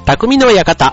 匠の館。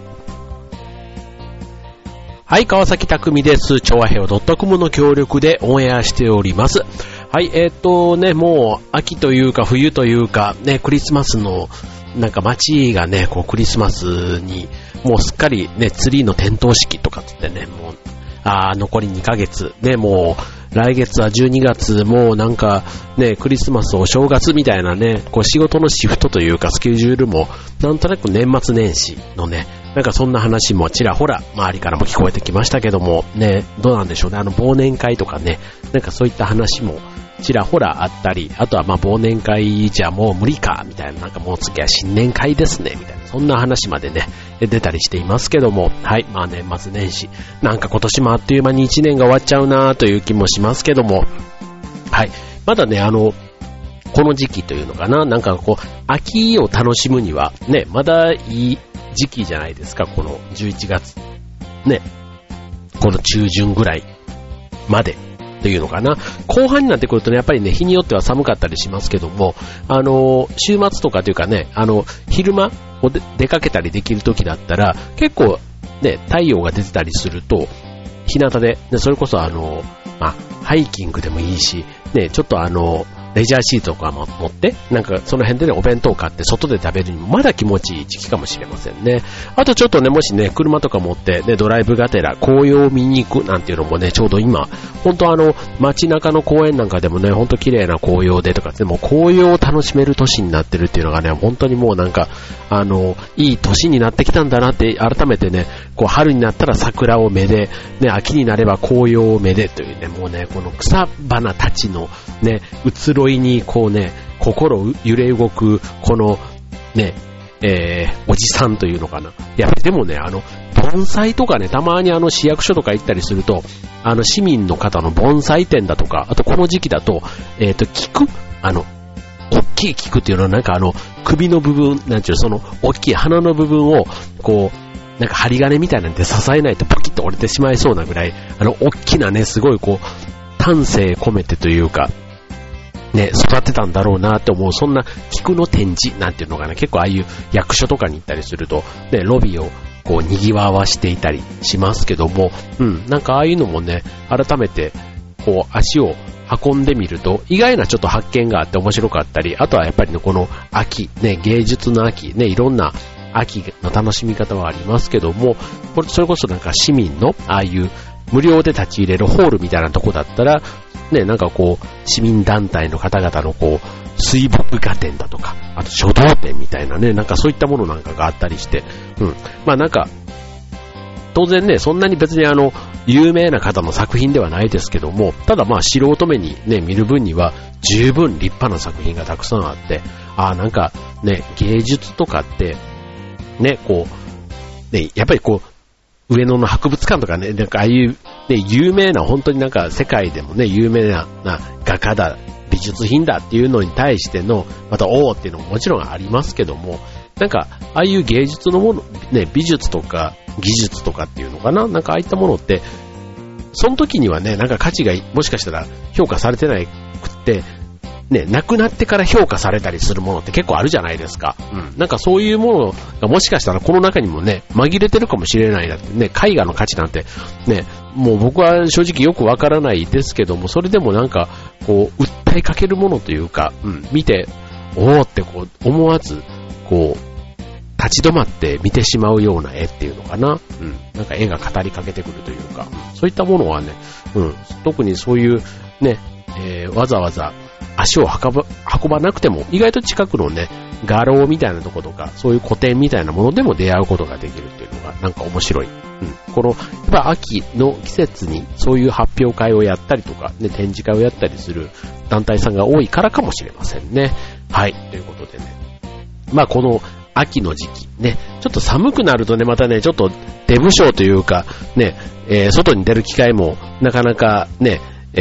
はい、川崎匠です。調和平和 .com の協力でオンエアしております。はい、もう秋というか冬というかね、クリスマスのなんか街がね、こうクリスマスにもうすっかりね、ツリーの点灯式とかつってね、もう残り2ヶ月ね、もう来月は12月、もうなんかね、クリスマスお正月みたいなね、こう仕事のシフトというかスケジュールもなんとなく年末年始のね、なんかそんな話もちらほら周りからも聞こえてきましたけどもね、どうなんでしょうね、忘年会とかね、なんかそういった話もちらほらあったり、あとは忘年会じゃもう無理かみたいな、なんかもう次は新年会ですねみたいな、そんな話までね出たりしていますけども、はい、年末年始なんか今年もあっという間に1年が終わっちゃうなという気もしますけども、はい、まだねこの時期というのかな、なんかこう秋を楽しむにはね、まだいい時期じゃないですか。この11月ね、この中旬ぐらいまでっていうのかな。後半になってくるとね、やっぱりね、日によっては寒かったりしますけども、週末とかというかね、昼間を出かけたりできる時だったら、結構ね、太陽が出てたりすると、日向で、ね、それこそハイキングでもいいし、ね、ちょっとレジャーシートとかも持って、なんかその辺でね、お弁当買って外で食べるにもまだ気持ちいい時期かもしれませんね。あとちょっとね、もしね、車とか持ってね、ドライブがてら紅葉を見に行くなんていうのもね、ちょうど今、本当街中の公園なんかでもね、本当綺麗な紅葉でとか、でも紅葉を楽しめる年になってるっていうのがね、本当にもうなんか、いい年になってきたんだなって改めてね、こう春になったら桜をめで、ね、秋になれば紅葉をめでというね、もうね、この草花たちのね、移ろいにこうね、心揺れ動くこのね、おじさんというのかな。いやでもね、盆栽とかね、たまに市役所とか行ったりすると、市民の方の盆栽店だとか、あとこの時期だと菊、大きい菊っていうのはなんか首の部分なんていう、その大きい花の部分をこうなんか針金みたいなんで支えないとポキッと折れてしまいそうなぐらい、大きなね、すごいこう丹精込めてというかね、育てたんだろうなって思う、そんな菊の展示なんていうのがね、結構ああいう役所とかに行ったりすると、ね、ロビーをこう賑わしていたりしますけども、なんかああいうのもね、改めてこう足を運んでみると意外なちょっと発見があって面白かったり、あとはやっぱりね、この秋ね、芸術の秋ね、いろんな秋の楽しみ方はありますけども、これそれこそなんか市民のああいう無料で立ち入れるホールみたいなとこだったらね、なんかこう市民団体の方々のこう水墨画展だとか、あと書道展みたいなね、なんかそういったものなんかがあったりして、なんか当然ね、そんなに別に有名な方の作品ではないですけども、ただ素人目にね見る分には十分立派な作品がたくさんあって、なんかね、芸術とかってね、こうね、やっぱりこう上野の博物館とかね、なんかああいうね、有名な本当になんか世界でもね、有名な画家だ、美術品だっていうのに対してのまたおーっていうのももちろんありますけども、なんかああいう芸術のものね、美術とか技術とかっていうのかな、なんかああいったものってその時にはね、なんか価値がもしかしたら評価されてなくってね、亡くなってから評価されたりするものって結構あるじゃないですか。なんかそういうものがもしかしたらこの中にもね、紛れてるかもしれないなってね、絵画の価値なんてね、もう僕は正直よくわからないですけども、それでもなんかこう訴えかけるものというか、見ておーってこう思わずこう立ち止まって見てしまうような絵っていうのかな。なんか絵が語りかけてくるというか、そういったものはね、特にそういうね、わざわざ足を運ばなくても意外と近くのね、画廊みたいなとことか、そういう個展みたいなものでも出会うことができるっていうのがなんか面白い。このやっぱ秋の季節にそういう発表会をやったりとか、ね、展示会をやったりする団体さんが多いからかもしれませんね。はい、ということでね、この秋の時期ね、ちょっと寒くなるとね、またね、ちょっと出不精というかね、外に出る機会もなかなかね、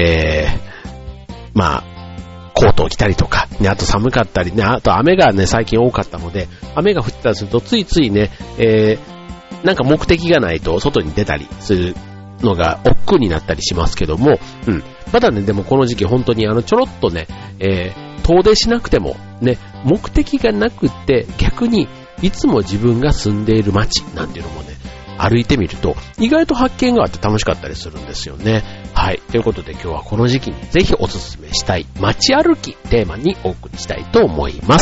コートを着たりとか、ね、あと寒かったりね、あと雨がね、最近多かったので、雨が降ってたりするとついついね、なんか目的がないと外に出たりするのが億劫になったりしますけども、まだね、でもこの時期本当にちょろっとね、遠出しなくてもね、目的がなくって逆にいつも自分が住んでいる街なんていうのもね、歩いてみると意外と発見があって楽しかったりするんですよね。はい。ということで今日はこの時期にぜひおすすめしたい街歩きテーマにお送りしたいと思います。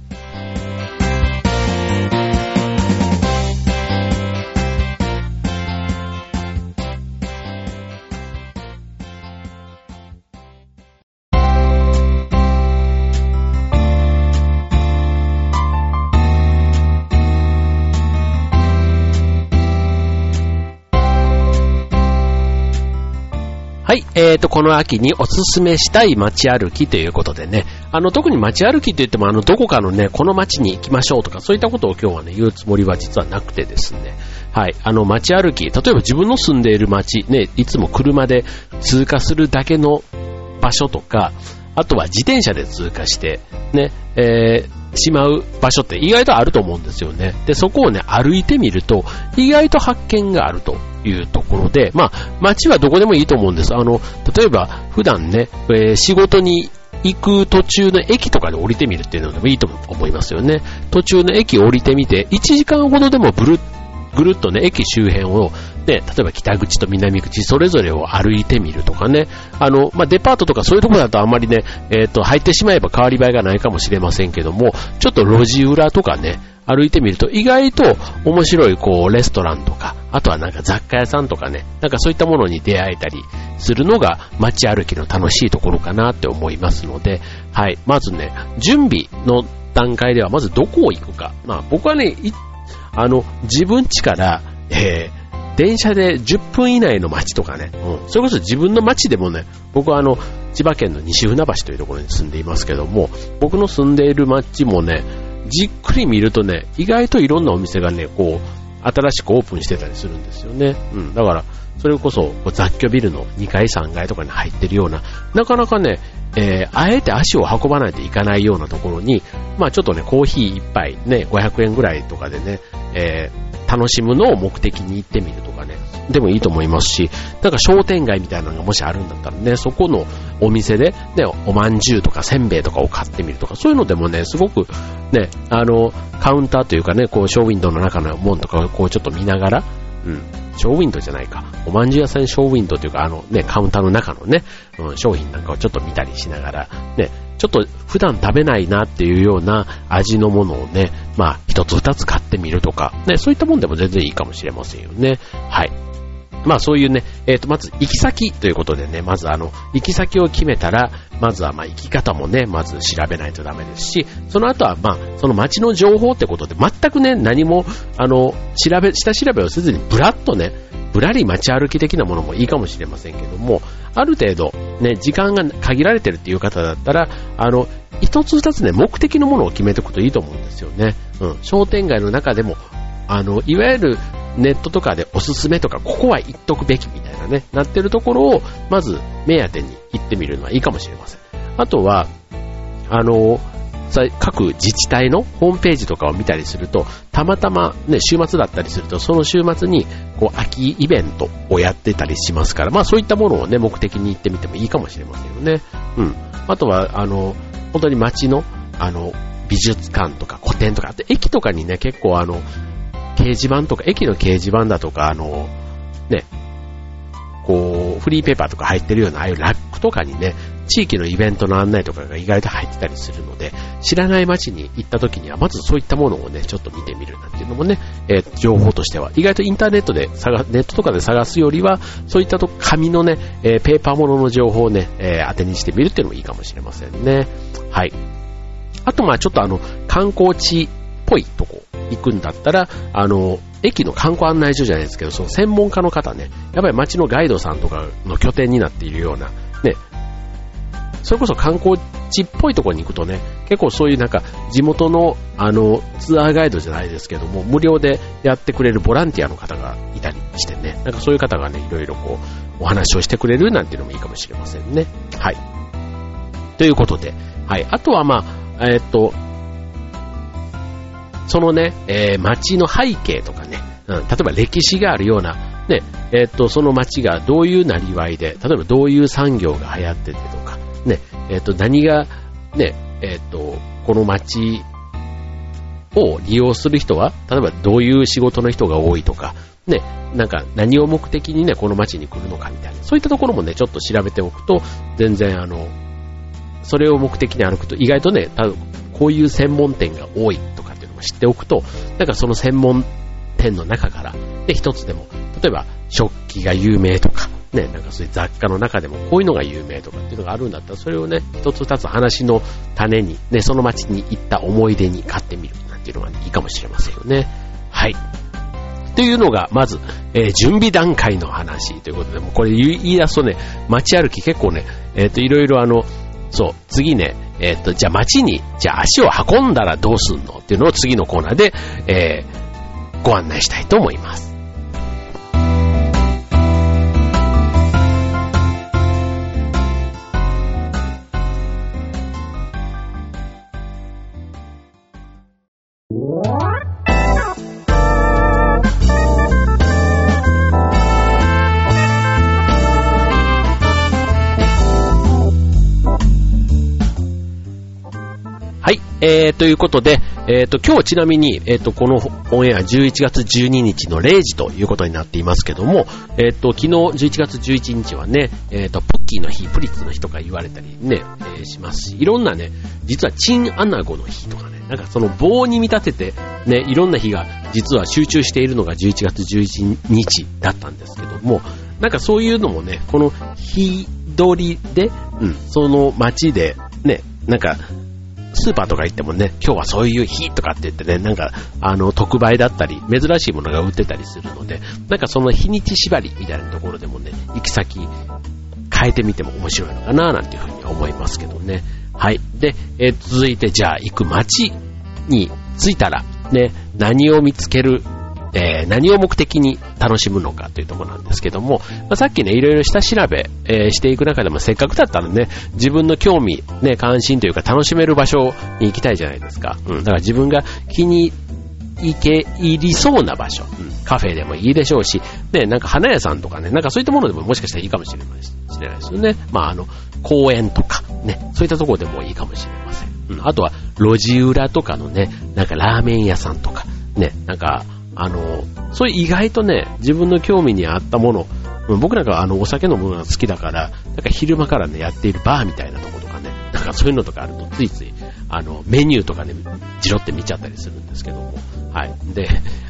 はい、この秋におすすめしたい街歩きということでね、特に街歩きといってもどこかのね、この街に行きましょうとか、そういったことを今日はね、言うつもりは実はなくてですね、はい、街歩き、例えば自分の住んでいる街、ね、いつも車で通過するだけの場所とか、あとは自転車で通過して、ね、しまう場所って意外とあると思うんですよね。で、そこをね、歩いてみると、意外と発見があるというところで、まあ、街はどこでもいいと思うんです。例えば、普段ね、仕事に行く途中の駅とかで降りてみるっていうのでもいいと思いますよね。途中の駅降りてみて、1時間ほどでもぐるっとね、駅周辺を、ね、例えば北口と南口それぞれを歩いてみるとかね、まあ、デパートとかそういうところだとあんまりね、入ってしまえば変わり映えがないかもしれませんけども、ちょっと路地裏とかね、歩いてみると意外と面白いこうレストランとか、あとはなんか雑貨屋さんとかね、なんかそういったものに出会えたりするのが街歩きの楽しいところかなって思いますので、はい、まずね、準備の段階ではまずどこを行くか、まあ僕はね、自分家から、電車で10分以内の街とかね、それこそ自分の街でもね、僕は千葉県の西船橋というところに住んでいますけども、僕の住んでいる街もね、じっくり見るとね、意外といろんなお店がね、こう、新しくオープンしてたりするんですよね。だから、それこそ雑居ビルの2階3階とかに入ってるような、なかなかね、あえて足を運ばないといかないようなところに、まあちょっとね、コーヒー一杯ね、500円ぐらいとかでね、楽しむのを目的に行ってみるとかね、でもいいと思いますし、なんか商店街みたいなのがもしあるんだったらね、そこのお店で、ね、おまんじゅうとかせんべいとかを買ってみるとか、そういうのでもね、すごくね、カウンターというかね、こう、ショーウィンドウの中の門とかをこうちょっと見ながら、ショーウィンドウじゃないか。おまんじゅう屋さんショーウィンドウというか、ね、カウンターの中のね、商品なんかをちょっと見たりしながら、ね、ちょっと普段食べないなっていうような味のものをね、まあ、一つ二つ買ってみるとか、ね、そういったもんでも全然いいかもしれませんよね。はい。まあそういうね、まず行き先ということでね、まず行き先を決めたら、まずはまあ行き方もね、まず調べないとダメですし、その後はまあ、その街の情報ってことで、全くね、何も、下調べをせずにぶらり街歩き的なものもいいかもしれませんけども、ある程度ね、時間が限られてるっていう方だったら、一つ二つね、目的のものを決めておくといいと思うんですよね。商店街の中でも、いわゆるネットとかでおすすめとか、ここは行っとくべきみたいなね、なってるところを、まず目当てに行ってみるのはいいかもしれません。あとは、各自治体のホームページとかを見たりすると、たまたまね、週末だったりすると、その週末に、こう、秋イベントをやってたりしますから、まあそういったものをね、目的に行ってみてもいいかもしれませんよね。あとは、本当に街の、美術館とか古典とか、駅とかにね、結構掲示板とか、駅の掲示板だとか、ね、こう、フリーペーパーとか入ってるような、ああいうラックとかにね、地域のイベントの案内とかが意外と入ってたりするので、知らない街に行った時には、まずそういったものをね、ちょっと見てみるなんていうのもね、情報としては、意外とインターネットでネットとかで探すよりは、そういった紙のね、ペーパーものの情報をね、当てにしてみるっていうのもいいかもしれませんね。はい。あと、まあちょっと観光地っぽいとこ行くんだったら、駅の観光案内所じゃないですけど、その専門家の方ね、やっぱり街のガイドさんとかの拠点になっているような、ね、それこそ観光地っぽいところに行くとね、結構そういうなんか地元のツアーガイドじゃないですけども、無料でやってくれるボランティアの方がいたりしてね、なんかそういう方がね、いろいろこうお話をしてくれるなんていうのもいいかもしれませんね。はい。ということで、はい。あとはまあ、そのね、街の背景とかね、例えば歴史があるような、ね、その街がどういうなりわいで、例えばどういう産業が流行っててとか、ね、何が、ね、この街を利用する人は、例えばどういう仕事の人が多いとか、ね、なんか何を目的にね、この街に来るのかみたいな、そういったところもね、ちょっと調べておくと、全然それを目的に歩くと、意外とね、こういう専門店が多いとかっていうのも知っておくと、なんかその専門店の中から、で、一つでも、例えば食器が有名とか、ね、なんかそういう雑貨の中でもこういうのが有名とかっていうのがあるんだったら、それをね、一つ二つ話の種に、ね、その街に行った思い出に買ってみるなんていうのが、ね、いいかもしれませんよね。はい。というのが、まず、準備段階の話ということで、もうこれ言い出すとね、街歩き結構ね、いろいろそう、次ね、じゃあ街に、じゃあ足を運んだらどうすんのっていうのを次のコーナーで、ご案内したいと思います。はい、ということで、今日ちなみに、このオンエア11月12日の0時ということになっていますけども、昨日11月11日はね、ポッキーの日、プリッツの日とか言われたりね、しますし、いろんなね、実はチンアナゴの日とかね、なんかその棒に見立てて、ね、いろんな日が実は集中しているのが11月11日だったんですけども、なんかそういうのもね、この日取りで、その街で、ね、なんか、スーパーとか行ってもね、今日はそういう日とかって言ってね、なんか、特売だったり、珍しいものが売ってたりするので、なんかその日にち縛りみたいなところでもね、行き先変えてみても面白いのかななんていうふうに思いますけどね。はい。で、続いてじゃあ行く街に着いたら、ね、何を見つける、何を目的に楽しむのかというところなんですけども、さっきね、いろいろ下調べ、していく中でもせっかくだったらね、自分の興味、ね、関心というか楽しめる場所に行きたいじゃないですか。だから自分が気に入りそうな場所、カフェでもいいでしょうし、ね、なんか花屋さんとかね、なんかそういったものでももしかしたらいいかもしれないですよね。公園とか、ね、そういったところでもいいかもしれません。あとは路地裏とかのね、なんかラーメン屋さんとか、ね、なんか、そういう意外とね、自分の興味に合ったもの、僕なんかお酒飲むのが好きだから、なんか昼間からね、やっているバーみたいなところとかね、なんかそういうのとかあるとついつい、メニューとかね、じろって見ちゃったりするんですけども、はい。で、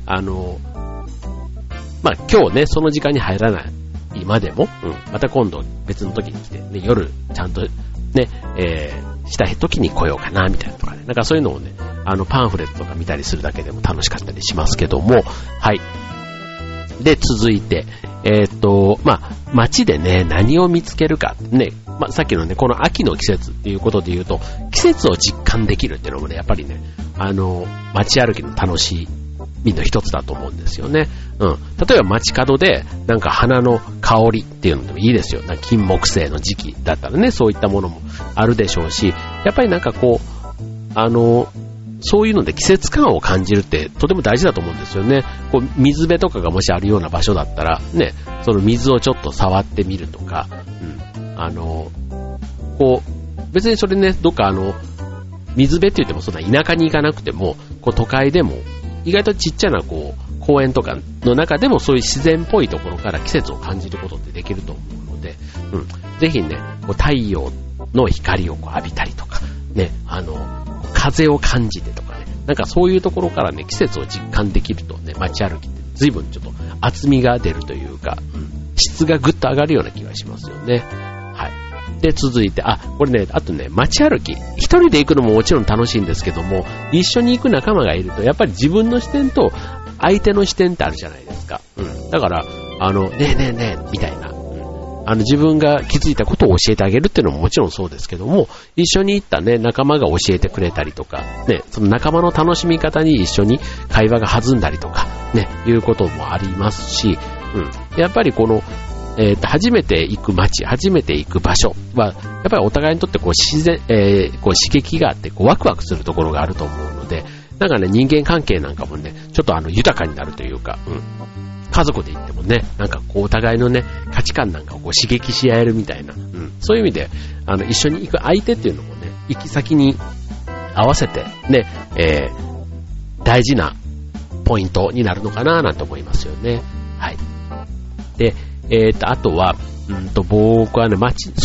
今日ね、その時間に入らない今でも、また今度別の時に来て、ね、夜ちゃんとね、したい時に来ようかな、みたいなとかね、なんかそういうのをね、パンフレットとか見たりするだけでも楽しかったりしますけども、はい。で、続いて、街でね、何を見つけるか、ね、さっきのね、この秋の季節っていうことで言うと、季節を実感できるっていうのもね、やっぱりね、街歩きの楽しみの一つだと思うんですよね。例えば街角で、なんか花の香りっていうのでもいいですよ。なんか金木犀の時期だったらね、そういったものもあるでしょうし、やっぱりなんかこう、そういうので季節感を感じるってとても大事だと思うんですよね。こう水辺とかがもしあるような場所だったらね、その水をちょっと触ってみるとか、こう別にそれね、どっか水辺って言ってもそんな田舎に行かなくても、こう都会でも意外とちっちゃなこう公園とかの中でもそういう自然っぽいところから季節を感じることってできると思うので、ぜひね、こう太陽の光をこう浴びたりとかね、風を感じてとかね、なんかそういうところからね、季節を実感できるとね、街歩きって随分ちょっと厚みが出るというか、質がぐっと上がるような気がしますよね。はい。で、続いて、これね、あとね、街歩き、一人で行くのももちろん楽しいんですけども、一緒に行く仲間がいると、やっぱり自分の視点と相手の視点ってあるじゃないですか。だから、ねえねえねえ、みたいな。自分が気づいたことを教えてあげるっていうのももちろんそうですけども、一緒に行ったね、仲間が教えてくれたりとか、ね、その仲間の楽しみ方に一緒に会話が弾んだりとか、ね、いうこともありますし、やっぱりこの、初めて行く街、初めて行く場所は、やっぱりお互いにとってこう自然、こう刺激があって、こうワクワクするところがあると思うので、なんかね、人間関係なんかもね、ちょっと豊かになるというか、家族で行ってもね、なんかこうお互いのね、価値観なんかをこう刺激し合えるみたいな、そういう意味で、一緒に行く相手っていうのもね、行き先に合わせてね、 大事なポイントになるのかななんて思いますよね。はい。で、あとは、僕はね、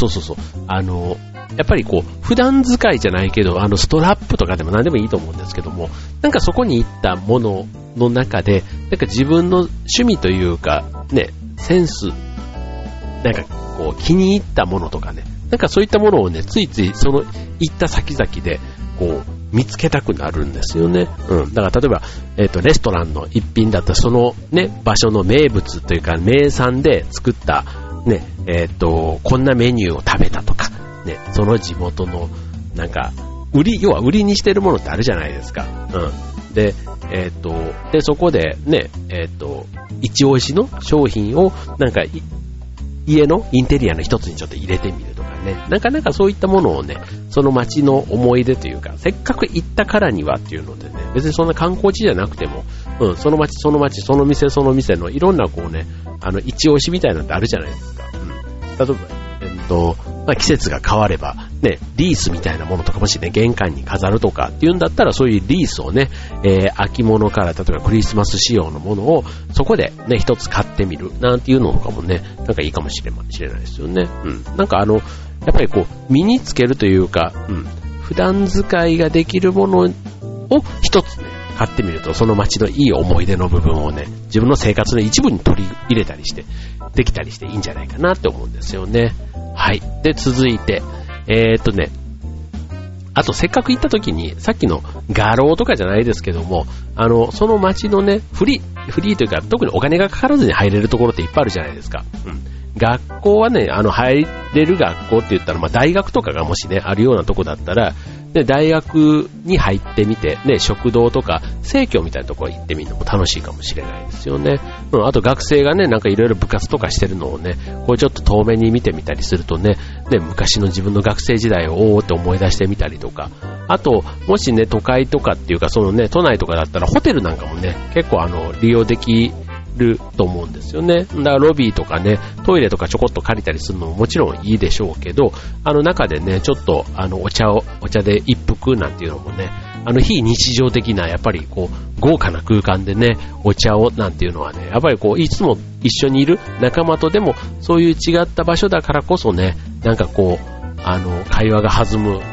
やっぱりこう、普段使いじゃないけど、ストラップとかでも何でもいいと思うんですけども、なんかそこに行ったものの中で、なんか自分の趣味というか、ね、センス、なんかこう、気に入ったものとかね、なんかそういったものをね、ついついその行った先々で、こう、見つけたくなるんですよね。だから例えば、レストランの一品だったらそのね、場所の名物というか名産で作ったね、こんなメニューを食べたとか、ね、その地元のなんか要は売りにしてるものってあるじゃないですか。で、そこでね、一押しの商品をなんか家のインテリアの一つにちょっと入れてみるとかね。なかなかそういったものをね、その街の思い出というか、せっかく行ったからにはっていうのでね、別にそんな観光地じゃなくても、その街、その店のいろんなこうね、一押しみたいなのってあるじゃないですか。例えば、季節が変われば、ね、リースみたいなものとかもしね、玄関に飾るとかっていうんだったら、そういうリースをね、秋物から例えばクリスマス仕様のものをそこでね、一つ買ってみるなんていうのとかもね、なんかいいかもしれないですよね。なんかやっぱりこう、身につけるというか、普段使いができるものを一つね、買ってみると、その街のいい思い出の部分をね、自分の生活の一部に取り入れたりして、できたりしていいんじゃないかなって思うんですよね。はい。で、続いて、あとせっかく行った時に、さっきの画廊とかじゃないですけども、その街のね、フリーというか、特にお金がかからずに入れるところっていっぱいあるじゃないですか。学校はね、入れる学校って言ったら、大学とかがもしね、あるようなとこだったら、で、大学に入ってみて、ね、食堂とか、生協みたいなところ行ってみるのも楽しいかもしれないですよね。あと学生がね、なんかいろいろ部活とかしてるのをね、こうちょっと遠目に見てみたりするとね、昔の自分の学生時代をおーって思い出してみたりとか、あと、もしね、都会とかっていうか、そのね、都内とかだったらホテルなんかもね、結構利用できると思うんですよね。だからロビーとかね、トイレとかちょこっと借りたりするのももちろんいいでしょうけど、中でね、ちょっとお茶で一服なんていうのもね、非日常的なやっぱりこう豪華な空間でね、お茶をなんていうのはね、やっぱりこういつも一緒にいる仲間とでもそういう違った場所だからこそね、なんかこう会話が弾む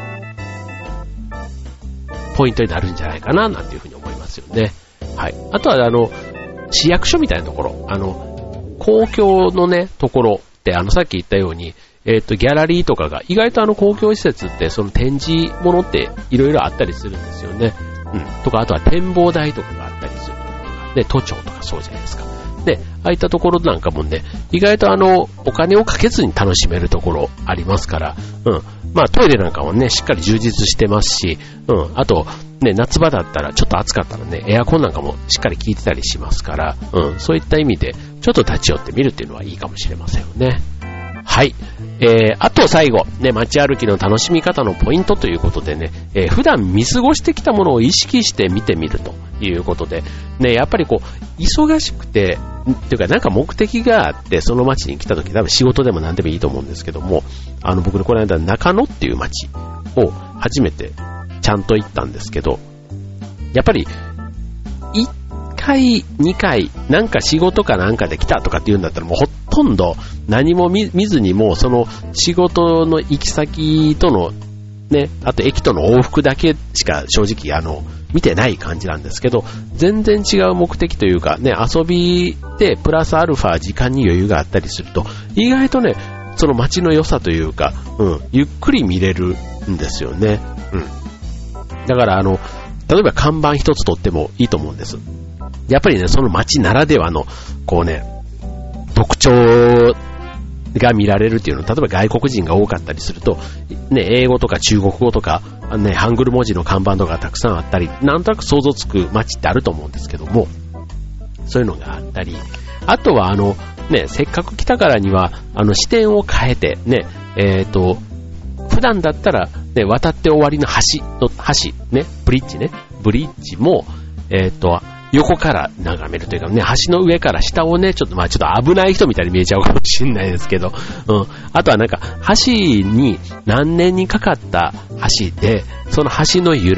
ポイントになるんじゃないかななんていうふうに思いますよね。はい。あとは市役所みたいなところ、公共のね、ところって、さっき言ったように、ギャラリーとかが、意外と公共施設って、その展示物っていろいろあったりするんですよね。とか、あとは展望台とかがあったりするとか、で、都庁とかそうじゃないですか。で、ああいったところなんかもね、意外とお金をかけずに楽しめるところありますから、トイレなんかもね、しっかり充実してますし、あと、ね、夏場だったらちょっと暑かったらね、エアコンなんかもしっかり効いてたりしますから、そういった意味でちょっと立ち寄ってみるっていうのはいいかもしれませんよね。はい。あと最後、ね、街歩きの楽しみ方のポイントということでね、普段見過ごしてきたものを意識して見てみるということで、ね、やっぱりこう、忙しくて、っていうかなんか目的があって、その街に来た時、多分仕事でも何でもいいと思うんですけども、僕ね、この間中野っていう街を初めてちゃんと行ったんですけど、やっぱり、1回、2回、なんか仕事かなんかで来たとかって言うんだったらもうほとんど何も見ずにもうその仕事の行き先とのね、あと駅との往復だけしか正直見てない感じなんですけど、全然違う目的というかね、遊びでプラスアルファ時間に余裕があったりすると、意外とね、その街の良さというか、ゆっくり見れるんですよね。だから例えば看板一つ取ってもいいと思うんです。やっぱりね、その街ならではの、こうね、特徴が見られるっていうの、例えば外国人が多かったりすると、ね、英語とか中国語とか、ね、ハングル文字の看板とかたくさんあったり、なんとなく想像つく街ってあると思うんですけども、そういうのがあったり、あとはね、せっかく来たからには、視点を変えて、ね、普段だったら、ね、渡って終わりの橋、ね、ブリッジも、横から眺めるというかね、橋の上から下をね、ちょっと危ない人みたいに見えちゃうかもしれないですけど、あとはなんか、橋に何年にかかった橋で、その橋の由来、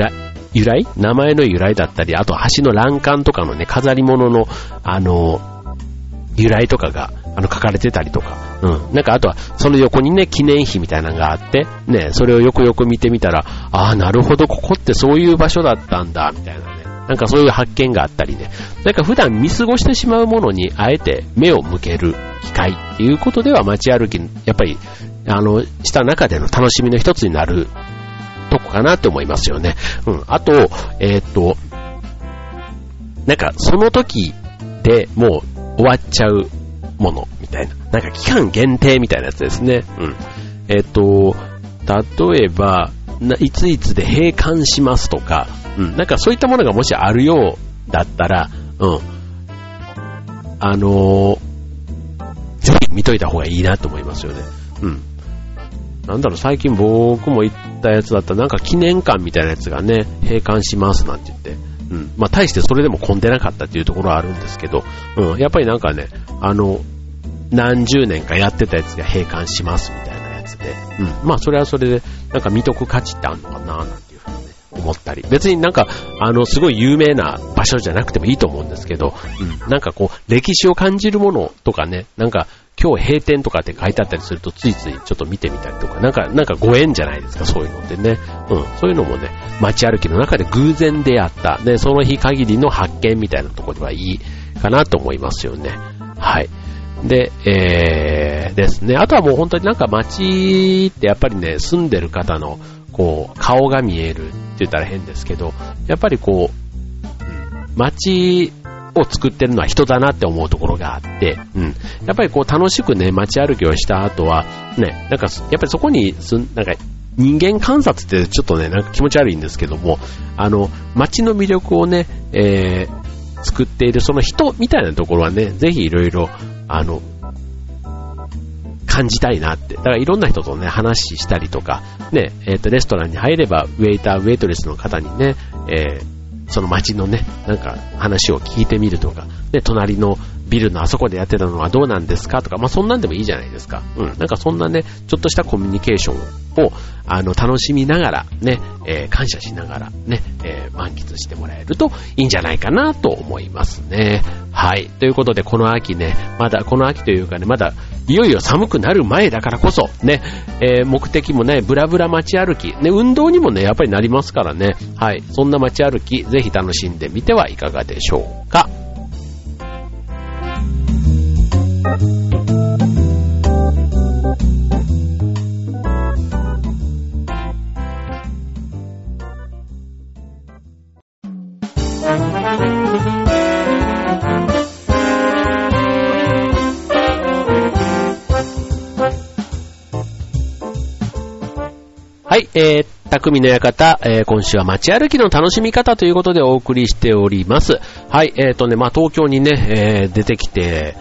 由来、名前の由来だったり、あと橋の欄干とかのね、飾り物の、由来とかが、書かれてたりとか、なんかあとは、その横にね、記念碑みたいなのがあって、ね、それをよくよく見てみたら、なるほど、ここってそういう場所だったんだ、みたいなね。なんかそういう発見があったりね。なんか普段見過ごしてしまうものに、あえて目を向ける機会っていうことでは、街歩き、やっぱり、した中での楽しみの一つになるとこかなって思いますよね。あと、なんかその時でもう終わっちゃうものみたいな。なんか期間限定みたいなやつですね。例えば、いついつで閉館しますとか、なんかそういったものがもしあるようだったら、ぜひ見といた方がいいなと思いますよね。なんだろう、最近僕も行ったやつだったら、なんか記念館みたいなやつがね、閉館しますなんて言って、まあ大してそれでも混んでなかったっていうところはあるんですけど、やっぱりなんかね、何十年かやってたやつが閉館しますみたいなやつで、まあそれはそれで、なんか見とく価値ってあるのかななんていうふうにね、思ったり、別になんか、すごい有名な場所じゃなくてもいいと思うんですけど、なんかこう、歴史を感じるものとかね、なんか、今日閉店とかって書いてあったりするとついついちょっと見てみたりとか、なんかご縁じゃないですか、そういうのってね。そういうのもね、街歩きの中で偶然出会った、で、その日限りの発見みたいなところではいいかなと思いますよね。はい。で、ですね。あとはもう本当になんか街ってやっぱりね、住んでる方の、こう、顔が見えるって言ったら変ですけど、やっぱりこう、街を作ってるのは人だなって思うところがあって、やっぱりこう楽しくね、街歩きをした後は、ね、なんか、やっぱりそこになんか、人間観察ってちょっとね、なんか気持ち悪いんですけども、街の魅力をね、作っているその人みたいなところはね、ぜひいろいろ、感じたいなって。だからいろんな人とね、話したりとか、ね、レストランに入れば、ウェイター、ウェイトレスの方にね、その街のね、なんか話を聞いてみるとか、ね、隣のビルのあそこでやってたのはどうなんですかとか、まあそんなんでもいいじゃないですか。なんかそんなね、ちょっとしたコミュニケーションを、楽しみながら、ね、感謝しながら、ね、満喫してもらえるといいんじゃないかなと思いますね。はい。ということで、この秋ね、まだ、この秋というかね、まだ、いよいよ寒くなる前だからこそ、ね、目的もね、ブラブラ街歩き、ね、運動にもね、やっぱりなりますからね。はい。そんな街歩き、ぜひ楽しんでみてはいかがでしょうか。はい、匠の館、今週は街歩きの楽しみ方ということでお送りしております。はい、まあ、東京にね、出てきて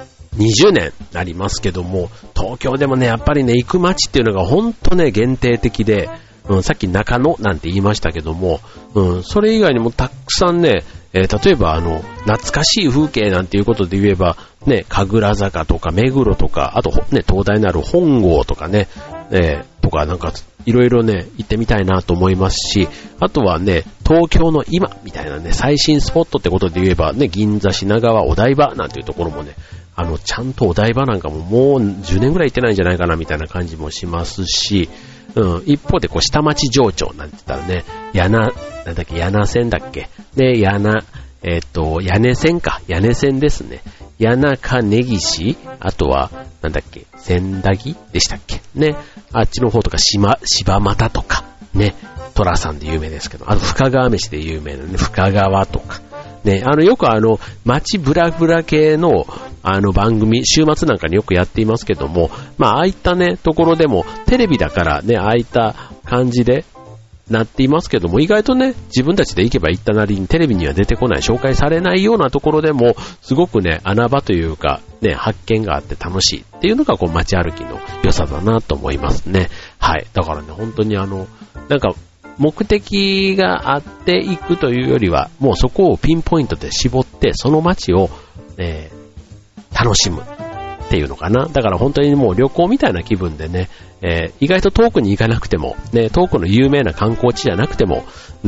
20年なりますけども、東京でもね、やっぱりね、行く街っていうのがほんとね、限定的で、さっき中野なんて言いましたけども、それ以外にもたくさんね、例えば懐かしい風景なんていうことで言えば、ね、神楽坂とか目黒とか、あとね、東大のある本郷とかね、とかなんか、いろいろね、行ってみたいなと思いますし、あとはね、東京の今みたいなね、最新スポットってことで言えばね、銀座、品川、お台場なんていうところもね、ちゃんとお台場なんかももう10年ぐらい行ってないんじゃないかなみたいな感じもしますし、一方でこう下町情緒なんて言ったらね、なんだっけ、柳線だっけで、屋根線か、屋根線ですね。谷中根岸、あとは、なんだっけ、千駄木でしたっけね。あっちの方とか柴又とか、ね。寅さんで有名ですけど、あと深川飯で有名なね、深川とか。ね、よく街ブラブラ系の、番組、週末なんかによくやっていますけども、まあ、ああいったね、ところでも、テレビだからね、ああいった感じで、なっていますけども、意外とね、自分たちで行けば行ったなりにテレビには出てこない、紹介されないようなところでも、すごくね、穴場というか、ね、発見があって楽しいっていうのが、こう、街歩きの良さだなと思いますね。はい。だからね、本当になんか、目的があっていくというよりは、もうそこをピンポイントで絞って、その街を、楽しむっていうのかな。だから本当にもう旅行みたいな気分でね、意外と遠くに行かなくても、ね、遠くの有名な観光地じゃなくても、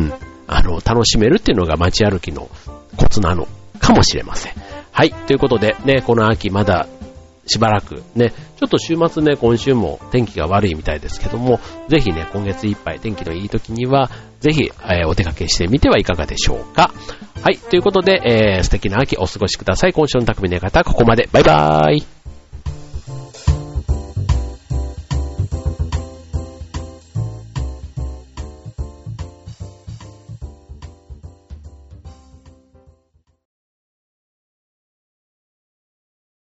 楽しめるっていうのが街歩きのコツなのかもしれません。はい。ということでね、この秋まだしばらくね、ちょっと週末ね、今週も天気が悪いみたいですけども、ぜひね、今月いっぱい天気のいい時には、ぜひ、お出かけしてみてはいかがでしょうか。はい。ということで、素敵な秋お過ごしください。今週の匠の方、ここまで。バイバーイ。